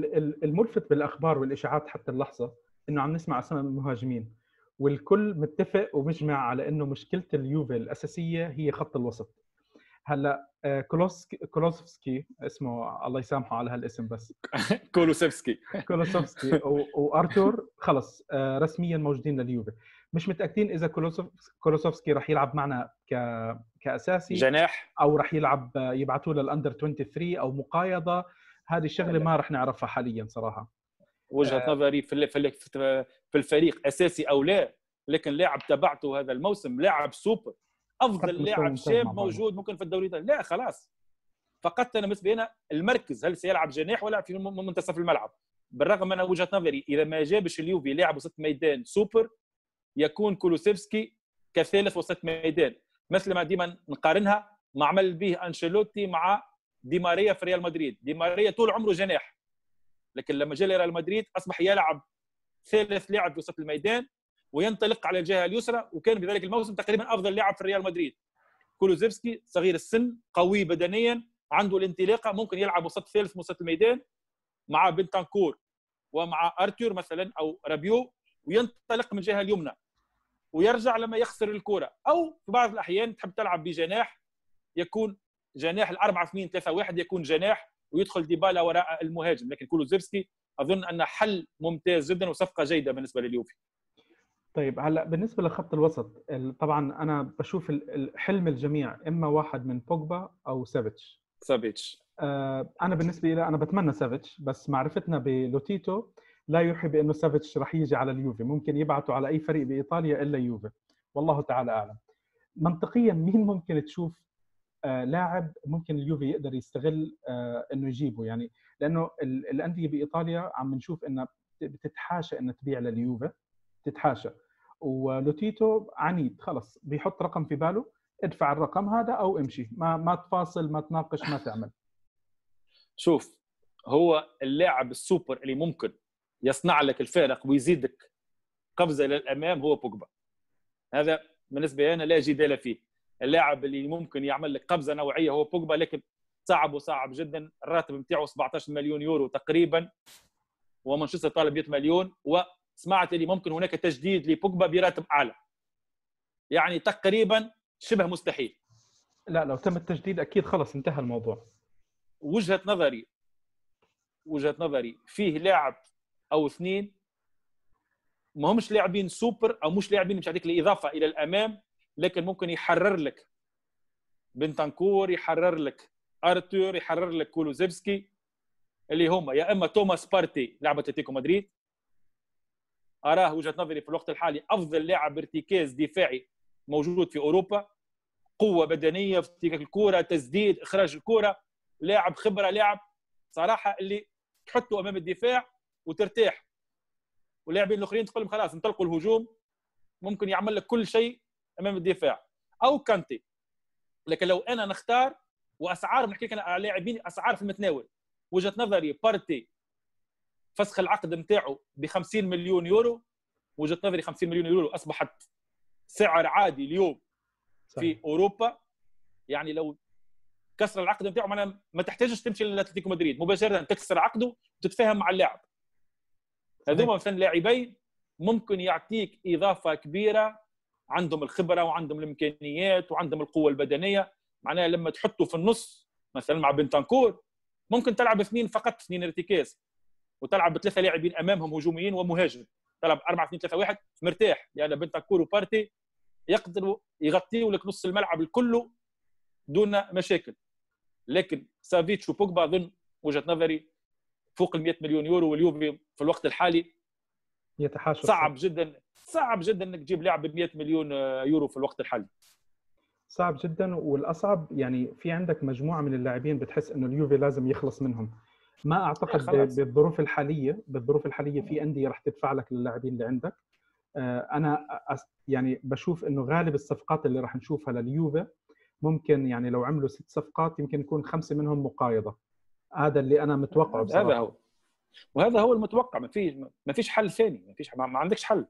الملفت بالاخبار والاشاعات حتى اللحظه انه عم نسمع اسماء المهاجمين والكل متفق ومجمع على انه مشكله اليوفي الاساسيه هي خط الوسط. هلا كولوسكي كولوسفسكي اسمه الله يسامحه على هالاسم بس كولوسفسكي كولوسفسكي وارتور خلص رسميا موجودين لليوفي. مش متاكدين اذا كولوسفسكي راح يلعب معنا ك كاساسي جناح او راح يلعب يبعثوه للاندر ثلاثة وعشرين او مقايضه. هذه الشغله ما راح نعرفها حاليا صراحه. وجهه آه نظري في في الفريق اساسي او لا، لكن لاعب تبعته هذا الموسم لاعب سوبر، افضل لاعب شاب موجود ممكن في الدوري. لا خلاص فقدت انا بالنسبه لنا المركز، هل سيلعب جناح ولا في منتصف الملعب؟ بالرغم من وجهه نظري اذا ما جابش اليوفي لاعب وسط ميدان سوبر يكون كولوسيفسكي كثالث وسط ميدان، مثل ما ديما نقارنها مع عمل به انشيلوتي مع دي ماريا في ريال مدريد. دي ماريا طول عمره جناح، لكن لما جاء ريال مدريد اصبح يلعب ثالث لاعب في وسط الميدان وينطلق على الجهه اليسرى، وكان بذلك الموسم تقريبا افضل لاعب في ريال مدريد. كولوزيفسكي صغير السن، قوي بدنيا، عنده الانطلاقه، ممكن يلعب وسط ثالث وسط الميدان مع بنتانكور ومع ارتور مثلا او رابيو، وينطلق من الجهه اليمنى ويرجع لما يخسر الكره، او في بعض الاحيان تحب تلعب بجناح يكون جناح الأربعة اثنين ثلاثة واحد يكون جناح ويدخل ديبالا وراء المهاجم. لكن كولوزيفسكي اظن ان حل ممتاز جدا وصفقه جيده بالنسبه لليوفي. طيب هلا بالنسبه لخط الوسط طبعا انا بشوف حلم الجميع اما واحد من بوجبا او سافيتش. سافيتش آه انا بالنسبه لي انا بتمنى سافيتش، بس معرفتنا بلوتيتو لا يوحي بانه سافيتش رح يجي على اليوفي، ممكن يبعثوا على اي فريق بايطاليا الا يوفي، والله تعالى اعلم. منطقيا مين ممكن تشوف آه لاعب ممكن اليوفي يقدر يستغل آه انه يجيبه؟ يعني لانه الانديه بايطاليا عم نشوف انها بتتحاشى انها تبيع لليوفي، تتحاشى. ولوتيتو عنيد، خلص بيحط رقم في باله، ادفع الرقم هذا او امشي، ما ما تفاصل ما تناقش ما تعمل. شوف هو اللاعب السوبر اللي ممكن يصنع لك الفارق ويزيدك قفزه للامام هو بوجبا. هذا بالنسبه لي انا لا جدال فيه. اللاعب اللي ممكن يعمل لك قفزه نوعيه هو بوجبا، لكن صعب وصعب جدا. الراتب نتاعو سبعة عشر مليون يورو تقريبا، ومانشستر طالب مئة مليون، وسمعت اللي ممكن هناك تجديد لبوجبا براتب اعلى، يعني تقريبا شبه مستحيل. لا لو تم التجديد اكيد خلص انتهى الموضوع. وجهه نظري وجهه نظري فيه لاعب او اثنين ما همش لاعبين سوبر او مش لاعبين مش هذيك الاضافه الى الامام، لكن ممكن يحرر لك بنتانكور، يحرر لك ارتور يحرر لك كولوزيفسكي، اللي هم يا اما توماس بارتي لاعب اتلتيكو مدريد، اراه وجهه نظري في الوقت الحالي افضل لاعب ارتكاز دفاعي موجود في اوروبا، قوه بدنيه، افتكاك الكره، تسديد، اخراج الكره، لاعب خبره، لاعب صراحه اللي تحطه امام الدفاع وترتاح، واللاعبين الاخرين تقول لهم خلاص انطلقوا الهجوم، ممكن يعمل لك كل شيء امام الدفاع. او كانتي. لكن لو انا نختار واسعار، بنحكي لك على لاعبين اسعار في المتناول، وجهه نظري بارتي فسخ العقد نتاعو ب خمسين مليون يورو، وجهه نظري خمسين مليون يورو اصبحت سعر عادي اليوم في صحيح. اوروبا. يعني لو كسر العقد نتاعو معناها ما تحتاجش تمشي لاتلتيكو مدريد، مباشره تكسر عقده وتتفاهم مع اللاعب. هذوما مثلا لاعبين ممكن يعطيك اضافه كبيره، عندهم الخبره وعندهم الامكانيات وعندهم القوه البدنيه، معناها لما تحطه في النص مثلا مع بنتانكور ممكن تلعب اثنين فقط، اثنين ارتكاز، وتلعب بثلاثه لاعبين امامهم هجوميين ومهاجم، تلعب أربعة اثنين ثلاثة واحد مرتاح، لان يعني بنتانكور وبارتي يقدروا يغطيوا لك نص الملعب الكل دون مشاكل. لكن سافيتش وبوجبا اظن وجهه نظري فوق ال مئة مليون يورو، واليوفي في الوقت الحالي يتحاشى صعب جدا صعب جدا انك تجيب لاعب ب مئة مليون يورو في الوقت الحالي، صعب جدا. والاصعب يعني في عندك مجموعه من اللاعبين بتحس انه اليوفي لازم يخلص منهم. ما اعتقد بالظروف الحاليه بالظروف الحاليه في انديه راح تدفع لك للاعبين اللي عندك. انا يعني بشوف انه غالب الصفقات اللي راح نشوفها لليوفي ممكن يعني لو عملوا ست صفقات يمكن يكون خمسه منهم مقايضه. هذا اللي انا متوقعه بصراحه. هذا هو وهذا هو المتوقع. ما فيش ما فيش حل ثاني، ما فيش ما عندكش حل.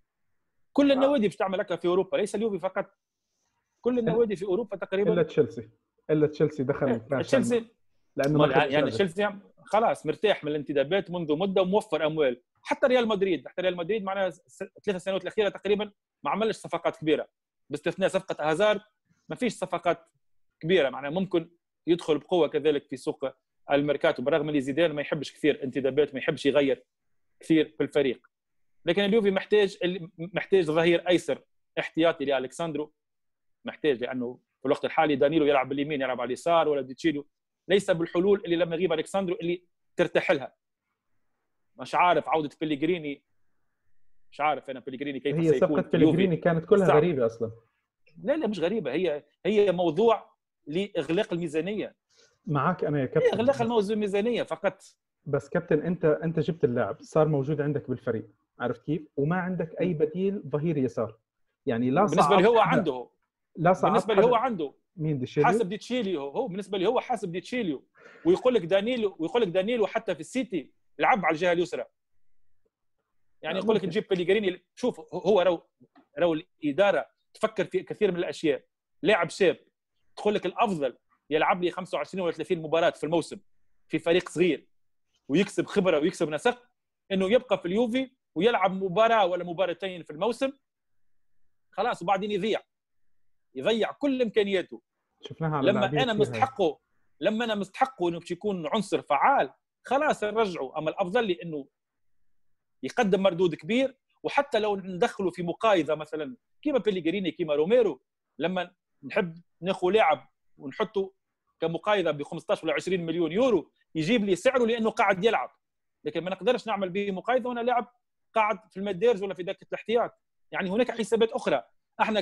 كل النوادي باش تعمل هكا في اوروبا، ليس اليوفي فقط، كل النوادي في اوروبا تقريبا الا تشيلسي. الا تشيلسي دخل تشيلسي لانه يعني تشيلسي خلاص مرتاح من الانتدابات منذ مده وموفر اموال. حتى ريال مدريد حتى ريال مدريد معناها ثلاث سنوات الاخيره تقريبا ما عملش صفقات كبيره باستثناء صفقه هازارد، ما فيش صفقات كبيره، معناها ممكن يدخل بقوه كذلك في سوق الميركاتو، برغم اللي زيدان ما يحبش كثير انتدابات، ما يحبش يغير كثير في الفريق. لكن اليوفي محتاج محتاج ظهير ايسر احتياطي لالكساندرو، محتاج، لانه في الوقت الحالي دانيلو يلعب باليمين يلعب على اليسار، ولا ديتشيلو ليس بالحلول اللي لما يغيب الكساندرو اللي ترتاح لها. مش عارف عوده بيليغريني، مش عارف انا بيليغريني كيف هي سيكون. صفقه بيليغريني كانت كلها صعب. غريبه اصلا. لا لا مش غريبه، هي هي موضوع لاغلاق الميزانيه. معك انا يا كابتن، اغلاق الميزانيه فقط. بس كابتن انت انت جبت اللاعب صار موجود عندك بالفريق، عرفت كيف؟ وما عندك اي بديل ظهير يسار. يعني لا بالنسبه لي هو عنده لا صعب بالنسبه لي هو عنده مين ديتشيليو؟ حاسب ديتشيليو هو بالنسبه لي هو حاسب ديتشيليو، ويقول لك دانيلو ويقول لك دانيلو حتى في السيتي لعب على الجهه اليسرى. يعني يقول لك نجيب بيليغريني. شوف هو رو رو الاداره تفكر في كثير من الاشياء. لاعب شاب تقول لك الافضل يلعب لي خمسة وعشرين ولا ثلاثين مباراه في الموسم في فريق صغير ويكسب خبره ويكسب نسق، انه يبقى في اليوفي ويلعب مباراه ولا مباراتين في الموسم خلاص وبعدين يضيع يضيع كل امكانياته. شفناها على لما انا مستحقه لما انا مستحقه انه يكون عنصر فعال خلاص نرجعه. اما الافضل لي انه يقدم مردود كبير، وحتى لو ندخله في مقايضه مثلا كيما بيليغريني كيما روميرو، لما نحب ناخذ لاعب ونحطه كمقايضه ب خمسطاش ولا عشرين مليون يورو يجيب لي سعره لانه قاعد يلعب. لكن ما نقدرش نعمل به مقايضه وانا لاعب قاعد في المدارج ولا في دكه الاحتياط. يعني هناك حسابات اخرى. احنا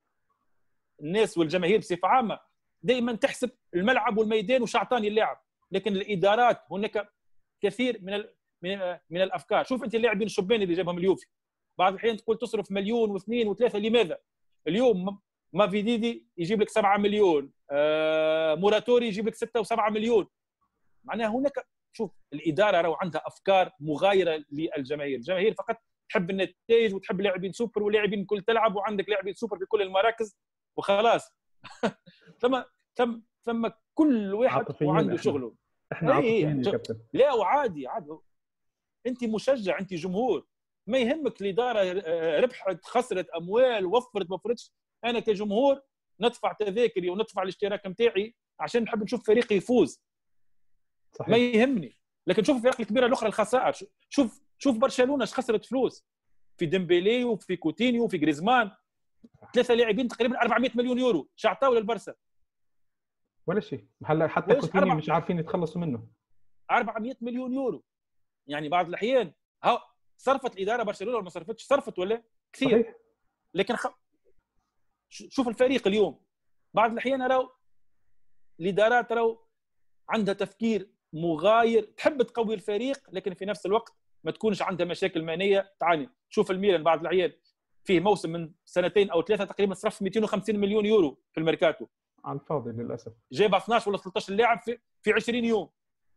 الناس والجماهير بصفه عامه دائما تحسب الملعب والميدان وش اعطاني اللاعب، لكن الادارات هناك كثير من ال... من من الافكار. شوف انت اللاعبين الشبان اللي جابهم اليوفي، بعض الاحيان تقول تصرف مليون واثنين وثلاثه، لماذا؟ اليوم مافيديدي يجيب لك سبعة مليون، آه موراتوري يجيب لك ستة وسبعة مليون. معناها هناك شوف الاداره راهو عندها افكار مغايره للجماهير. الجماهير فقط تحب النتائج وتحب لاعبين سوبر ولاعبين كل تلعب وعندك لاعبين سوبر في كل المراكز وخلاص. ثم ثم ثم كل واحد وعنده شغله. احنا عاطفيين يا كابتن. لا وعادي عادي، انت مشجع انت جمهور، ما يهمك الاداره ربحت خسرت اموال وفرت ما وفرتش. انا كجمهور ندفع تذاكري وندفع الاشتراك نتاعي عشان نحب نشوف فريقي يفوز. صحيح. ما يهمني. لكن شوف الفرق الكبيره الاخرى الخسائر. شوف شوف برشلونه ايش خسرت فلوس في ديمبيلي وفي كوتينيو وفي غريزمان، ثلاثه لاعبين تقريبا أربعمئة مليون يورو شعطاو للبرسا. ولا شيء. هلا حتى كوتينيو مش عارفين يتخلصوا منه. أربعمية مليون يورو يعني بعض الاحيان ها صرفت الاداره برشلونه ولا ما صرفتش؟ صرفت ولا كثير. صحيح. لكن خ... شوف الفريق اليوم بعض الاحيان راهو الادارات راهو عندها تفكير مغاير، تحب تقوي الفريق لكن في نفس الوقت ما تكونش عندها مشاكل ماليه تعاني. شوف الميلان بعض الاحيان فيه موسم من سنتين او ثلاثه تقريبا صرف مئتين وخمسين مليون يورو في الميركاتو على الفاضي للاسف. جايب اثناعش ولا ثلاثة عشر لاعب في في عشرين يوم.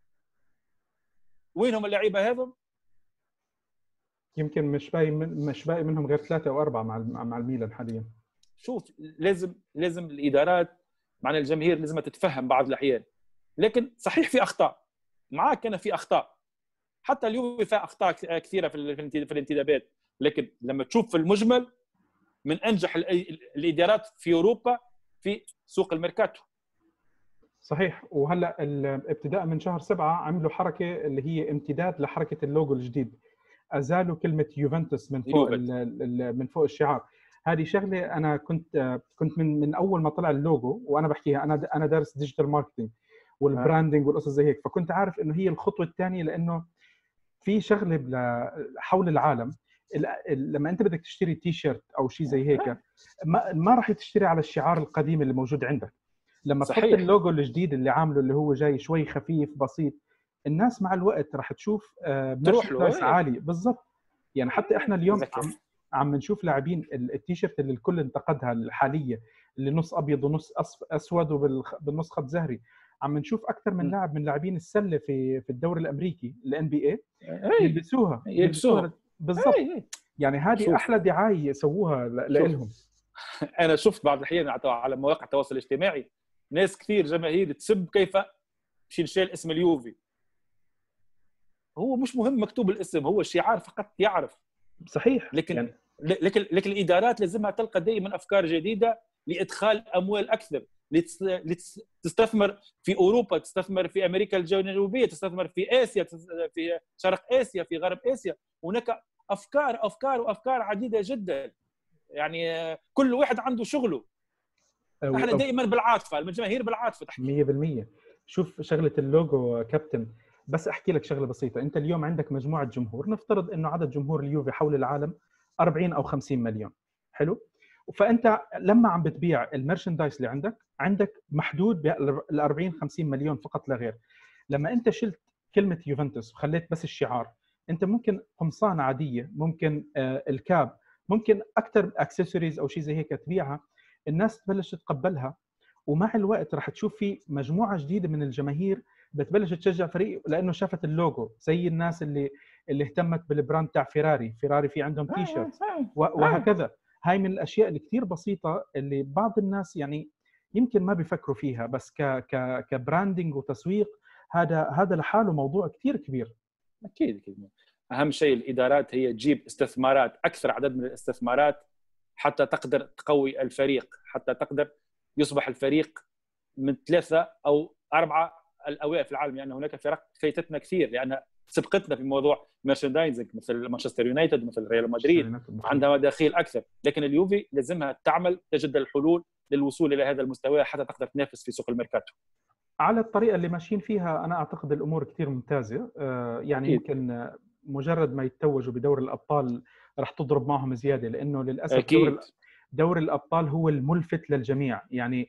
وينهم اللعيبه هذم؟ يمكن مش باقي من مش باقي منهم غير ثلاثه او اربعه مع مع الميلان حاليا. شوف لازم لازم الادارات مع الجماهير لازم تتفهم بعض الاحيان. لكن صحيح في اخطاء، معاك كان في اخطاء، حتى اليوم في اخطاء كثيره في في الانتدابات، لكن لما تشوف في المجمل من انجح الادارات في اوروبا في سوق الميركاتو. صحيح. وهلا ابتداء من شهر سبعة عملوا حركه اللي هي امتداد لحركه اللوجو الجديد، ازالوا كلمه يوفنتوس من فوق من فوق الشعار. هذه شغله انا كنت كنت من من اول ما طلع اللوجو وانا بحكيها. انا انا دارس ديجيتال ماركتينج والبراندنج والقصص زي هيك، فكنت عارف انه هي الخطوه الثانيه، لانه في شغله حول العالم لما انت بدك تشتري تي شيرت او شيء زي هيك ما, ما راح تشتري على الشعار القديم اللي موجود عندك. لما تحط اللوجو الجديد اللي عامله اللي هو جاي شوي خفيف بسيط، الناس مع الوقت راح تشوف تروح له عالي. بالضبط. يعني حتى احنا اليوم عم, عم نشوف لاعبين التيشيرت اللي الكل انتقدها الحاليه اللي نص ابيض ونص اسود وبالنص خط زهري، عم نشوف اكثر من لاعب من لاعبين السله في في الدوري الامريكي الان بي اي يلبسوها يلبسوها بالضبط. يعني هذه احلى دعايه يسووها لهم. انا شفت بعض الاحيان على مواقع التواصل الاجتماعي ناس كثير جماهير تسب كيف شيل اسم اليوفي. هو مش مهم مكتوب الاسم، هو الشعار فقط يعرف. صحيح. لكن يعني لكن لكن الادارات لازمها تلقى دائما افكار جديده لادخال اموال اكثر، لتستثمر في اوروبا، تستثمر في امريكا الجنوبيه، تستثمر في اسيا، في شرق اسيا، في غرب اسيا. هناك افكار افكار وافكار عديده جدا. يعني كل واحد عنده شغله. احنا دائما بالعاطفه، الجماهير بالعاطفه تحكي مية بالمية. شوف شغله اللوجو كابتن، بس احكي لك شغله بسيطه. انت اليوم عندك مجموعه جمهور، نفترض انه عدد جمهور اليوفي حول العالم أربعين او خمسين مليون. حلو. فانت لما عم بتبيع الميرشندايز اللي عندك عندك محدود بال أربعين خمسين مليون فقط لا غير. لما انت شلت كلمه يوفنتوس وخليت بس الشعار، انت ممكن قمصان عاديه، ممكن آه الكاب، ممكن اكثر اكسسوارز او شيء زي هيك تبيعها، الناس تبلش تتقبلها. ومع الوقت راح تشوف في مجموعه جديده من الجماهير بتبلش تشجع فريق لانه شافت اللوجو، زي الناس اللي اللي اهتمت بالبراند تاع فيراري. فيراري في عندهم تي شيرت وهكذا. هاي من الاشياء اللي كثير بسيطه اللي بعض الناس يعني يمكن ما بيفكروا فيها، بس ك ك كبراندنج وتسويق هذا هذا لحاله موضوع كثير كبير. اكيد اكيد. اهم شيء الادارات هي تجيب استثمارات، اكثر عدد من الاستثمارات حتى تقدر تقوي الفريق، حتى تقدر يصبح الفريق من ثلاثه او اربعه الاوائل في العالم. لان يعني هناك فرق فايتتنا كثير لان سبقتنا في موضوع ميرشندايزنج، مثل مانشستر يونايتد، مثل ريال مدريد عندها مداخيل اكثر. لكن اليوفي لازمها تعمل تجد الحلول للوصول الى هذا المستوى حتى تقدر تنافس في سوق الميركاتو. على الطريقه اللي ماشيين فيها انا اعتقد الامور كثير ممتازه. يعني أكيد. يمكن مجرد ما يتوجوا بدور الابطال راح تضرب معهم زياده، لانه للاسف أكيد. دور دور الابطال هو الملفت للجميع. يعني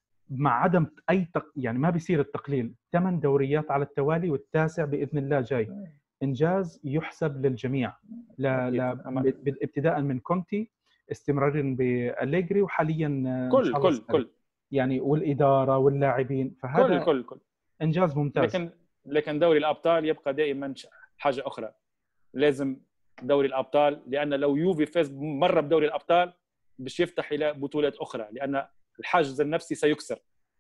مع عدم اي تق... يعني ما بيصير التقليل، ثمان دوريات على التوالي والتاسع باذن الله جاي، انجاز يحسب للجميع. لا لا ب... ابتداء من كونتي، استمرارا باليجري، وحاليا كل كل كل يعني والاداره واللاعبين، فهذا كل كل كل انجاز ممتاز. لكن لكن دوري الابطال يبقى دائما حاجه اخرى. لازم دوري الابطال، لان لو يوفي فاز مره بدوري الابطال باش يفتح الى بطولات اخرى، لان الحاجز النفسي سيكسر.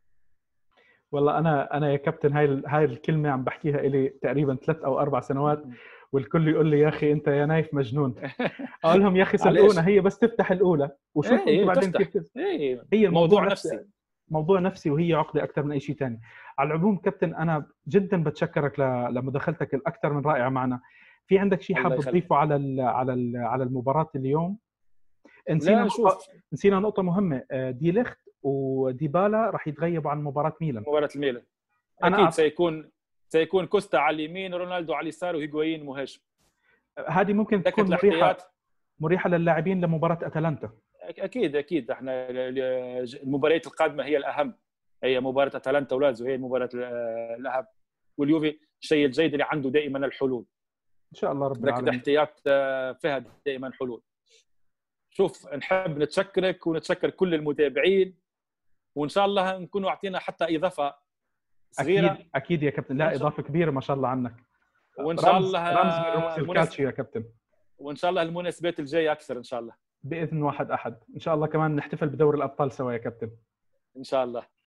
والله انا انا يا كابتن هاي هاي الكلمه عم بحكيها لي تقريبا ثلاث او اربع سنوات، والكل يقول لي يا اخي انت يا نايف مجنون. اقول لهم يا اخي صدقونا هي بس تفتح الاولى وشوف ايه انتم بعدين كيف. ايه هي موضوع نفسي. نفسي موضوع نفسي وهي عقده اكثر من اي شيء ثاني. على العموم كابتن انا جدا بتشكرك لمداخلتك الاكثر من رائعه معنا. في عندك شيء حاب تضيفه على ال على ال على المباراه اليوم؟ نسينا نقطة نسينا نقطة مهمة. دي ليخت وديبالا راح يتغيبوا عن مباراه ميلان. مباراه الميلان أنا اكيد أعت... سيكون سيكون كوستا على اليمين، رونالدو على اليسار، وهيغوين مهاجم. هذه ممكن تكون مريحه مريحه للاعبين لمباراه اتلانتا. اكيد اكيد احنا المباريات القادمه هي الاهم، هي مباراه اتلانتا ولازو هي المباراه الاهم. واليوفي الشيء الجيد اللي عنده دائما الحلول ان شاء الله رب العالمين. الاحتياط فيها دائما حلول. شوف نحب نتشكرك ونتشكر كل المتابعين، وان شاء الله نكونوا اعطينا حتى اضافه صغيره. اكيد اكيد يا كابتن، لا اضافه كبيره ما شاء الله عنك، وان شاء رمز الله رمز من رموز الكالتشيو يا كابتن. وان شاء الله المناسبات الجايه اكثر ان شاء الله باذن واحد احد. ان شاء الله كمان نحتفل بدوري الابطال سوا يا كابتن. ان شاء الله.